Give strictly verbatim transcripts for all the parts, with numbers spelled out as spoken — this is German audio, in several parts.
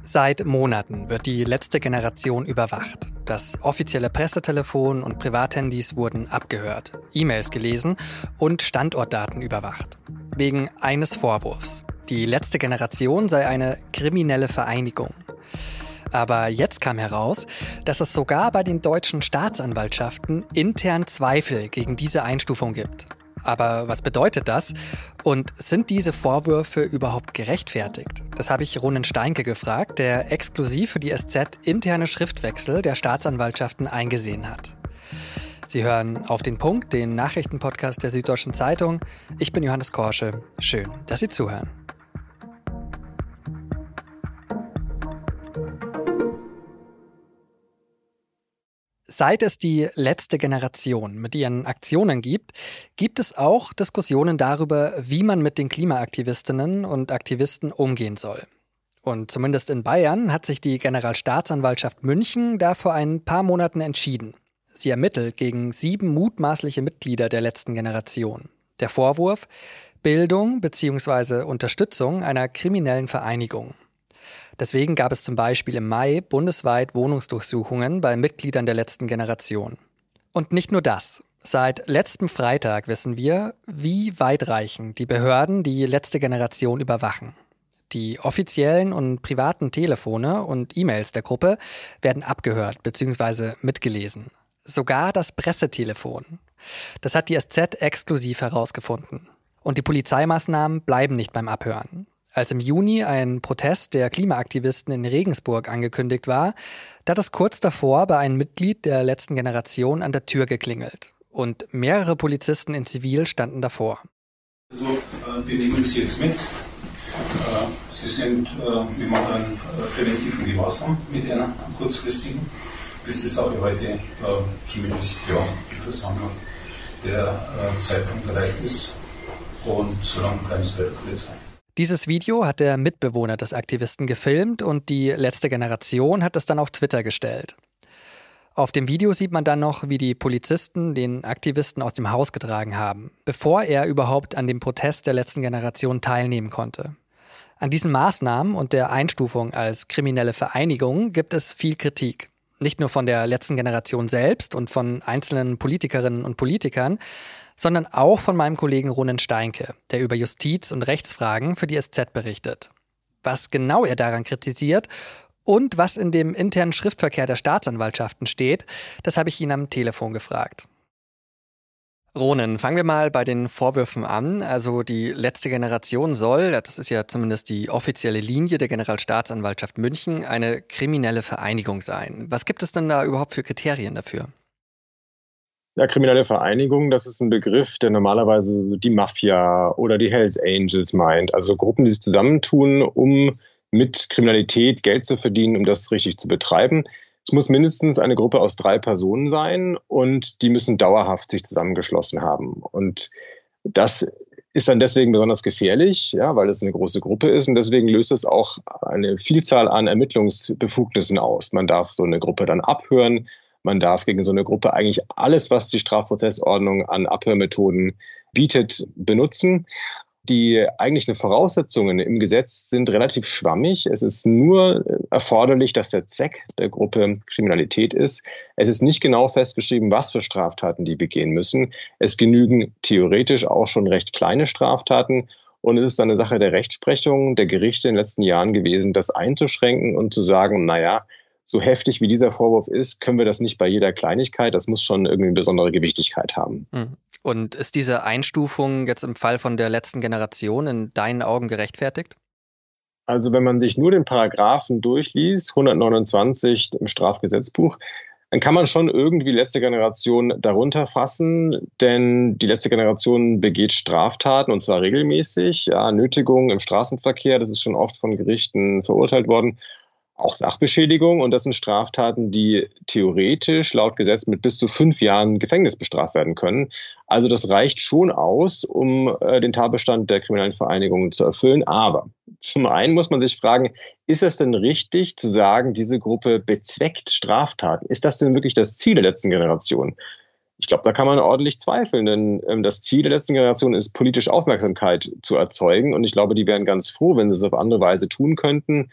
Seit Monaten wird die letzte Generation überwacht. Das offizielle Pressetelefon und Privathandys wurden abgehört, E-Mails gelesen und Standortdaten überwacht. Wegen eines Vorwurfs. Die letzte Generation sei eine kriminelle Vereinigung. Aber jetzt kam heraus, dass es sogar bei den deutschen Staatsanwaltschaften intern Zweifel gegen diese Einstufung gibt. Aber was bedeutet das? Und sind diese Vorwürfe überhaupt gerechtfertigt? Das habe ich Ronen Steinke gefragt, der exklusiv für die S Z interne Schriftwechsel der Staatsanwaltschaften eingesehen hat. Sie hören Auf den Punkt, den Nachrichtenpodcast der Süddeutschen Zeitung. Ich bin Johannes Korsche. Schön, dass Sie zuhören. Seit es die letzte Generation mit ihren Aktionen gibt, gibt es auch Diskussionen darüber, wie man mit den Klimaaktivistinnen und Aktivisten umgehen soll. Und zumindest in Bayern hat sich die Generalstaatsanwaltschaft München da vor ein paar Monaten entschieden. Sie ermittelt gegen sieben mutmaßliche Mitglieder der letzten Generation. Der Vorwurf: Bildung bzw. Unterstützung einer kriminellen Vereinigung. Deswegen gab es zum Beispiel im Mai bundesweit Wohnungsdurchsuchungen bei Mitgliedern der letzten Generation. Und nicht nur das. Seit letztem Freitag wissen wir, wie weitreichend die Behörden die letzte Generation überwachen. Die offiziellen und privaten Telefone und E-Mails der Gruppe werden abgehört bzw. mitgelesen. Sogar das Pressetelefon. Das hat die S Z exklusiv herausgefunden. Und die Polizeimaßnahmen bleiben nicht beim Abhören. Als im Juni ein Protest der Klimaaktivisten in Regensburg angekündigt war, da hat es kurz davor bei einem Mitglied der letzten Generation an der Tür geklingelt. Und mehrere Polizisten in Zivil standen davor. Also, äh, wir nehmen Sie jetzt mit. Äh, Sie sind, äh, wir machen einen äh, präventiven Gewahrsam mit einer kurzfristigen, bis die Sache heute äh, zumindest ja, die Versammlung der äh, Zeitpunkt erreicht ist. Und so lange bleiben Sie bei der Polizei. Dieses Video hat der Mitbewohner des Aktivisten gefilmt und die letzte Generation hat es dann auf Twitter gestellt. Auf dem Video sieht man dann noch, wie die Polizisten den Aktivisten aus dem Haus getragen haben, bevor er überhaupt an dem Protest der letzten Generation teilnehmen konnte. An diesen Maßnahmen und der Einstufung als kriminelle Vereinigung gibt es viel Kritik. Nicht nur von der letzten Generation selbst und von einzelnen Politikerinnen und Politikern, sondern auch von meinem Kollegen Ronen Steinke, der über Justiz- und Rechtsfragen für die S Z berichtet. Was genau er daran kritisiert und was in dem internen Schriftverkehr der Staatsanwaltschaften steht, das habe ich ihn am Telefon gefragt. Ronen, fangen wir mal bei den Vorwürfen an. Also die letzte Generation soll, das ist ja zumindest die offizielle Linie der Generalstaatsanwaltschaft München, eine kriminelle Vereinigung sein. Was gibt es denn da überhaupt für Kriterien dafür? Ja, kriminelle Vereinigung, das ist ein Begriff, der normalerweise die Mafia oder die Hells Angels meint. Also Gruppen, die sich zusammentun, um mit Kriminalität Geld zu verdienen, um das richtig zu betreiben. Es muss mindestens eine Gruppe aus drei Personen sein und die müssen dauerhaft sich zusammengeschlossen haben. Und das ist dann deswegen besonders gefährlich, ja, weil es eine große Gruppe ist und deswegen löst es auch eine Vielzahl an Ermittlungsbefugnissen aus. Man darf so eine Gruppe dann abhören. Man darf gegen so eine Gruppe eigentlich alles, was die Strafprozessordnung an Abhörmethoden bietet, benutzen. Die eigentlichen Voraussetzungen im Gesetz sind relativ schwammig. Es ist nur erforderlich, dass der Zweck der Gruppe Kriminalität ist. Es ist nicht genau festgeschrieben, was für Straftaten die begehen müssen. Es genügen theoretisch auch schon recht kleine Straftaten. Und es ist eine Sache der Rechtsprechung der Gerichte in den letzten Jahren gewesen, das einzuschränken und zu sagen, naja, so heftig wie dieser Vorwurf ist, können wir das nicht bei jeder Kleinigkeit. Das muss schon irgendwie eine besondere Gewichtigkeit haben. Und ist diese Einstufung jetzt im Fall von der letzten Generation in deinen Augen gerechtfertigt? Also wenn man sich nur den Paragraphen durchliest, hundertneunundzwanzig im Strafgesetzbuch, dann kann man schon irgendwie die letzte Generation darunter fassen, denn die letzte Generation begeht Straftaten und zwar regelmäßig. Ja, Nötigung im Straßenverkehr, das ist schon oft von Gerichten verurteilt worden. Auch Sachbeschädigung, und das sind Straftaten, die theoretisch laut Gesetz mit bis zu fünf Jahren Gefängnis bestraft werden können. Also das reicht schon aus, um äh, den Tatbestand der kriminellen Vereinigung zu erfüllen. Aber zum einen muss man sich fragen, ist es denn richtig zu sagen, diese Gruppe bezweckt Straftaten? Ist das denn wirklich das Ziel der letzten Generation? Ich glaube, da kann man ordentlich zweifeln, denn ähm, das Ziel der letzten Generation ist, politische Aufmerksamkeit zu erzeugen. Und ich glaube, die wären ganz froh, wenn sie es auf andere Weise tun könnten.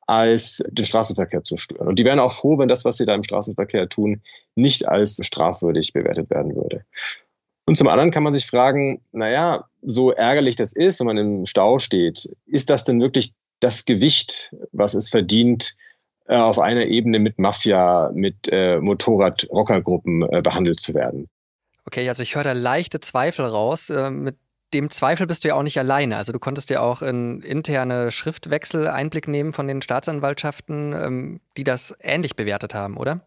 als den Straßenverkehr zu stören. Und die wären auch froh, wenn das, was sie da im Straßenverkehr tun, nicht als strafwürdig bewertet werden würde. Und zum anderen kann man sich fragen, naja, so ärgerlich das ist, wenn man im Stau steht, ist das denn wirklich das Gewicht, was es verdient, äh, auf einer Ebene mit Mafia, mit äh, Motorrad-Rockergruppen äh, behandelt zu werden? Okay, also ich höre da leichte Zweifel raus. Äh, mit dem Zweifel bist du ja auch nicht alleine. Also du konntest ja auch in interne Schriftwechsel Einblick nehmen von den Staatsanwaltschaften, ähm, die das ähnlich bewertet haben, oder?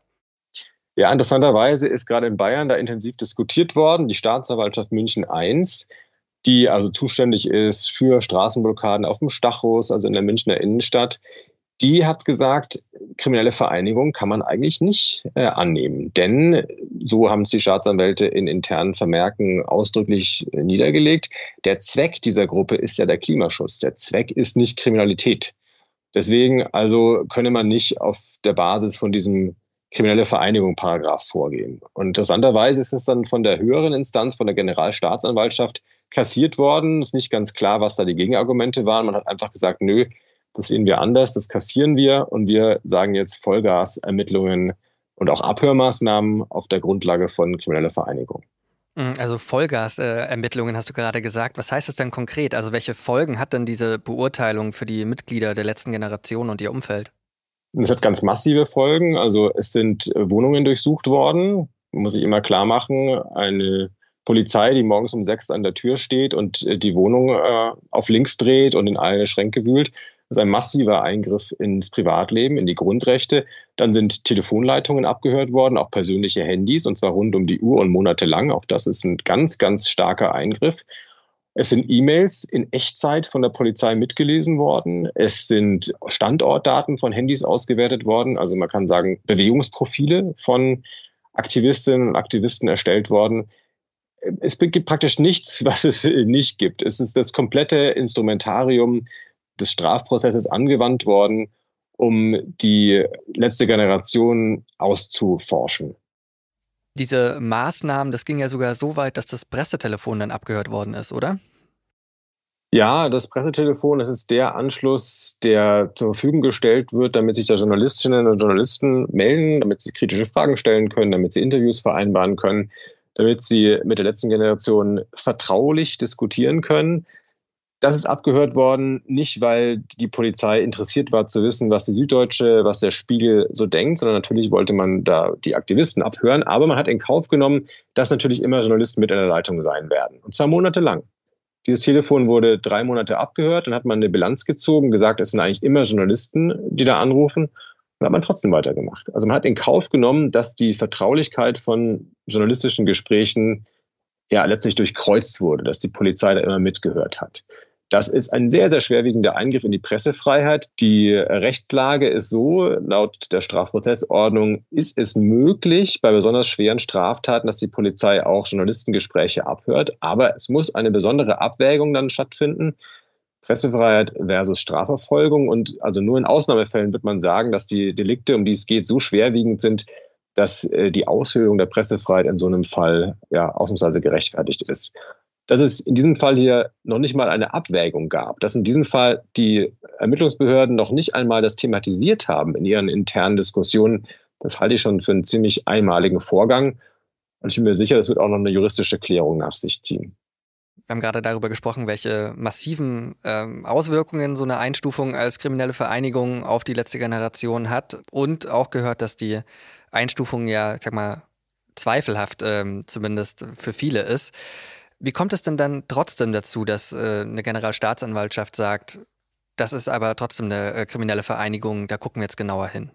Ja, interessanterweise ist gerade in Bayern da intensiv diskutiert worden. Die Staatsanwaltschaft München eins, die also zuständig ist für Straßenblockaden auf dem Stachus, also in der Münchner Innenstadt, die hat gesagt, kriminelle Vereinigung kann man eigentlich nicht äh, annehmen. Denn, so haben es die Staatsanwälte in internen Vermerken ausdrücklich äh, niedergelegt, der Zweck dieser Gruppe ist ja der Klimaschutz. Der Zweck ist nicht Kriminalität. Deswegen also könne man nicht auf der Basis von diesem kriminelle Vereinigung Paragraph vorgehen. Und interessanterweise ist es dann von der höheren Instanz, von der Generalstaatsanwaltschaft kassiert worden. Es ist nicht ganz klar, was da die Gegenargumente waren. Man hat einfach gesagt, nö, das sehen wir anders, das kassieren wir und wir sagen jetzt Vollgasermittlungen und auch Abhörmaßnahmen auf der Grundlage von krimineller Vereinigung. Also Vollgasermittlungen hast du gerade gesagt. Was heißt das denn konkret? Also welche Folgen hat denn diese Beurteilung für die Mitglieder der letzten Generation und ihr Umfeld? Es hat ganz massive Folgen. Also es sind Wohnungen durchsucht worden, muss ich immer klar machen. Eine Polizei, die morgens um sechs an der Tür steht und die Wohnung äh, auf links dreht und in alle Schränke wühlt. Das ist ein massiver Eingriff ins Privatleben, in die Grundrechte. Dann sind Telefonleitungen abgehört worden, auch persönliche Handys, und zwar rund um die Uhr und monatelang. Auch das ist ein ganz, ganz starker Eingriff. Es sind E-Mails in Echtzeit von der Polizei mitgelesen worden. Es sind Standortdaten von Handys ausgewertet worden. Also man kann sagen, Bewegungsprofile von Aktivistinnen und Aktivisten erstellt worden. Es gibt praktisch nichts, was es nicht gibt. Es ist das komplette Instrumentarium des Strafprozesses angewandt worden, um die letzte Generation auszuforschen. Diese Maßnahmen, das ging ja sogar so weit, dass das Pressetelefon dann abgehört worden ist, oder? Ja, das Pressetelefon, das ist der Anschluss, der zur Verfügung gestellt wird, damit sich da Journalistinnen und Journalisten melden, damit sie kritische Fragen stellen können, damit sie Interviews vereinbaren können, damit sie mit der letzten Generation vertraulich diskutieren können. Das ist abgehört worden, nicht weil die Polizei interessiert war zu wissen, was die Süddeutsche, was der Spiegel so denkt, sondern natürlich wollte man da die Aktivisten abhören. Aber man hat in Kauf genommen, dass natürlich immer Journalisten mit in der Leitung sein werden. Und zwar monatelang. Dieses Telefon wurde drei Monate abgehört, dann hat man eine Bilanz gezogen, gesagt, es sind eigentlich immer Journalisten, die da anrufen. Und hat man trotzdem weitergemacht. Also man hat in Kauf genommen, dass die Vertraulichkeit von journalistischen Gesprächen ja letztlich durchkreuzt wurde, dass die Polizei da immer mitgehört hat. Das ist ein sehr, sehr schwerwiegender Eingriff in die Pressefreiheit. Die Rechtslage ist so, laut der Strafprozessordnung ist es möglich, bei besonders schweren Straftaten, dass die Polizei auch Journalistengespräche abhört. Aber es muss eine besondere Abwägung dann stattfinden. Pressefreiheit versus Strafverfolgung. Und also nur in Ausnahmefällen wird man sagen, dass die Delikte, um die es geht, so schwerwiegend sind, dass die Aushöhlung der Pressefreiheit in so einem Fall ja ausnahmsweise gerechtfertigt ist. Dass es in diesem Fall hier noch nicht mal eine Abwägung gab, dass in diesem Fall die Ermittlungsbehörden noch nicht einmal das thematisiert haben in ihren internen Diskussionen, das halte ich schon für einen ziemlich einmaligen Vorgang. Und ich bin mir sicher, das wird auch noch eine juristische Klärung nach sich ziehen. Wir haben gerade darüber gesprochen, welche massiven ähm, Auswirkungen so eine Einstufung als kriminelle Vereinigung auf die letzte Generation hat. Und auch gehört, dass die Einstufung ja, ich sag mal, zweifelhaft ähm, zumindest für viele ist. Wie kommt es denn dann trotzdem dazu, dass äh, eine Generalstaatsanwaltschaft sagt, das ist aber trotzdem eine äh, kriminelle Vereinigung, da gucken wir jetzt genauer hin?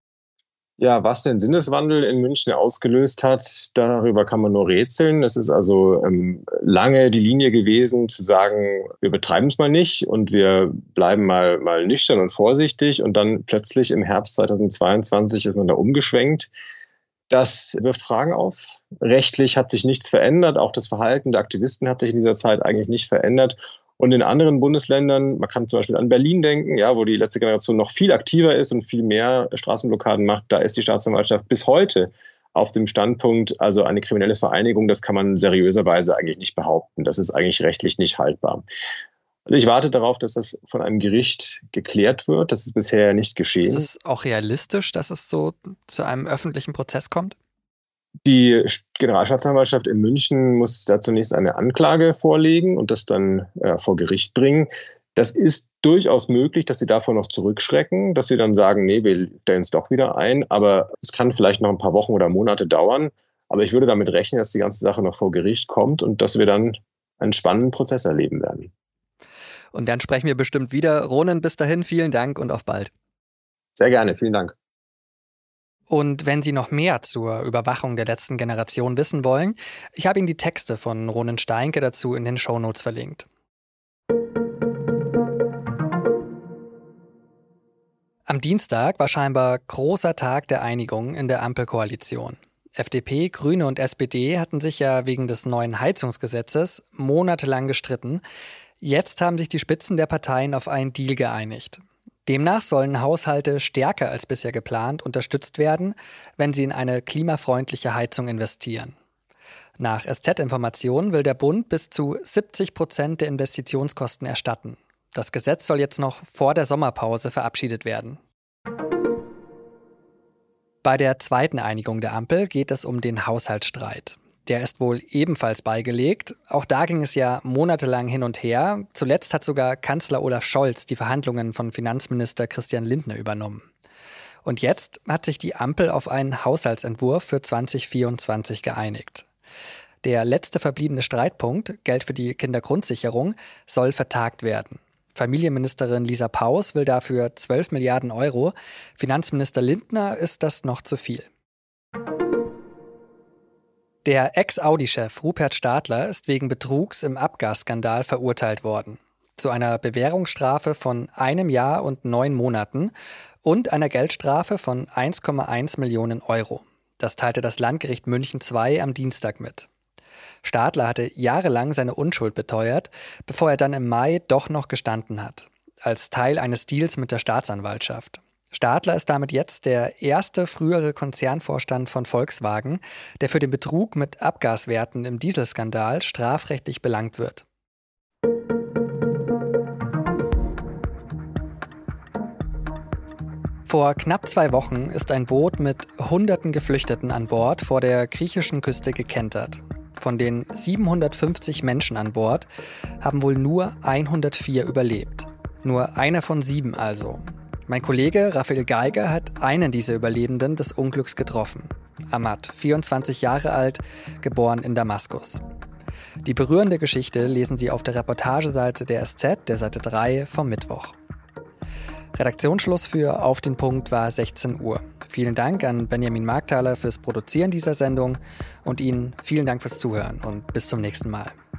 Ja, was den Sinneswandel in München ausgelöst hat, darüber kann man nur rätseln. Es ist also ähm, lange die Linie gewesen, zu sagen, wir betreiben es mal nicht und wir bleiben mal, mal nüchtern und vorsichtig. Und dann plötzlich im Herbst zweitausendzweiundzwanzig ist man da umgeschwenkt. Das wirft Fragen auf. Rechtlich hat sich nichts verändert. Auch das Verhalten der Aktivisten hat sich in dieser Zeit eigentlich nicht verändert. Und in anderen Bundesländern, man kann zum Beispiel an Berlin denken, ja, wo die letzte Generation noch viel aktiver ist und viel mehr Straßenblockaden macht, da ist die Staatsanwaltschaft bis heute auf dem Standpunkt, also eine kriminelle Vereinigung, das kann man seriöserweise eigentlich nicht behaupten. Das ist eigentlich rechtlich nicht haltbar. Also ich warte darauf, dass das von einem Gericht geklärt wird. Das ist bisher nicht geschehen. Ist es auch realistisch, dass es so zu einem öffentlichen Prozess kommt? Die Generalstaatsanwaltschaft in München muss da zunächst eine Anklage vorlegen und das dann äh, vor Gericht bringen. Das ist durchaus möglich, dass sie davor noch zurückschrecken, dass sie dann sagen, nee, wir stellen es doch wieder ein. Aber es kann vielleicht noch ein paar Wochen oder Monate dauern. Aber ich würde damit rechnen, dass die ganze Sache noch vor Gericht kommt und dass wir dann einen spannenden Prozess erleben werden. Und dann sprechen wir bestimmt wieder. Ronen, bis dahin, vielen Dank und auf bald. Sehr gerne, vielen Dank. Und wenn Sie noch mehr zur Überwachung der letzten Generation wissen wollen, ich habe Ihnen die Texte von Ronen Steinke dazu in den Shownotes verlinkt. Am Dienstag war scheinbar großer Tag der Einigung in der Ampelkoalition. F D P, Grüne und S P D hatten sich ja wegen des neuen Heizungsgesetzes monatelang gestritten. Jetzt haben sich die Spitzen der Parteien auf einen Deal geeinigt. Demnach sollen Haushalte stärker als bisher geplant unterstützt werden, wenn sie in eine klimafreundliche Heizung investieren. Nach S Z-Informationen will der Bund bis zu siebzig Prozent der Investitionskosten erstatten. Das Gesetz soll jetzt noch vor der Sommerpause verabschiedet werden. Bei der zweiten Einigung der Ampel geht es um den Haushaltsstreit. Der ist wohl ebenfalls beigelegt. Auch da ging es ja monatelang hin und her. Zuletzt hat sogar Kanzler Olaf Scholz die Verhandlungen von Finanzminister Christian Lindner übernommen. Und jetzt hat sich die Ampel auf einen Haushaltsentwurf für zwanzig vierundzwanzig geeinigt. Der letzte verbliebene Streitpunkt, Geld für die Kindergrundsicherung, soll vertagt werden. Familienministerin Lisa Paus will dafür zwölf Milliarden Euro. Finanzminister Lindner ist das noch zu viel. Der Ex-Audi-Chef Rupert Stadler ist wegen Betrugs im Abgasskandal verurteilt worden. Zu einer Bewährungsstrafe von einem Jahr und neun Monaten und einer Geldstrafe von eins Komma eins Millionen Euro. Das teilte das Landgericht München zwei am Dienstag mit. Stadler hatte jahrelang seine Unschuld beteuert, bevor er dann im Mai doch noch gestanden hat, als Teil eines Deals mit der Staatsanwaltschaft. Stadler ist damit jetzt der erste frühere Konzernvorstand von Volkswagen, der für den Betrug mit Abgaswerten im Dieselskandal strafrechtlich belangt wird. Vor knapp zwei Wochen ist ein Boot mit hunderten Geflüchteten an Bord vor der griechischen Küste gekentert. Von den siebenhundertfünfzig Menschen an Bord haben wohl nur hundertvier überlebt. Nur einer von sieben also. Mein Kollege Raphael Geiger hat einen dieser Überlebenden des Unglücks getroffen. Ahmad, vierundzwanzig Jahre alt, geboren in Damaskus. Die berührende Geschichte lesen Sie auf der Reportageseite der S Z, der Seite drei vom Mittwoch. Redaktionsschluss für Auf den Punkt war sechzehn Uhr. Vielen Dank an Benjamin Markthaler fürs Produzieren dieser Sendung und Ihnen vielen Dank fürs Zuhören und bis zum nächsten Mal.